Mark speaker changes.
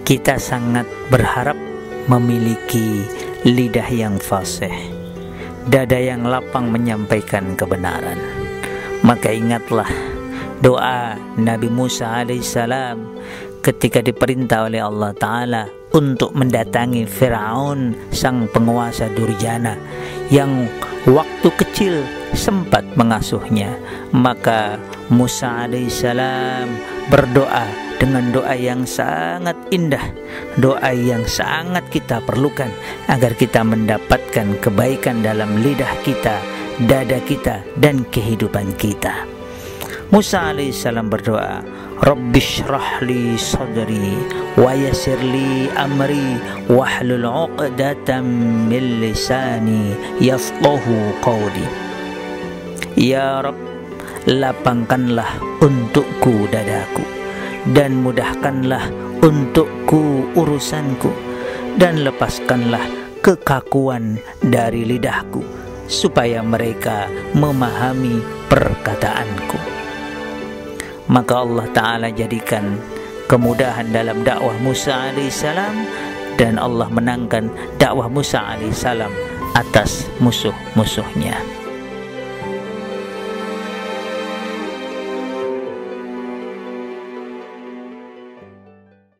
Speaker 1: kita sangat berharap memiliki lidah yang fasih, dada yang lapang menyampaikan kebenaran. Maka ingatlah doa Nabi Musa alaihissalam ketika diperintah oleh Allah Ta'ala untuk mendatangi Fir'aun, sang penguasa durjana yang waktu kecil sempat mengasuhnya. Maka Musa alaihissalam berdoa dengan doa yang sangat indah, doa yang sangat kita perlukan agar kita mendapatkan kebaikan dalam lidah kita, dada kita, dan kehidupan kita. Musa alaihissalam berdoa, Rabbi shrah li sadri wa yassir li amri wahlul 'uqdatam min lisani yafqahu qawli. Ya Rabb, lapangkanlah untukku dadaku dan mudahkanlah untukku urusanku, dan lepaskanlah kekakuan dari lidahku supaya mereka memahami perkataanku. Maka Allah Ta'ala jadikan kemudahan dalam dakwah Musa alaihissalam, dan Allah menangkan dakwah Musa alaihissalam atas musuh-musuhnya.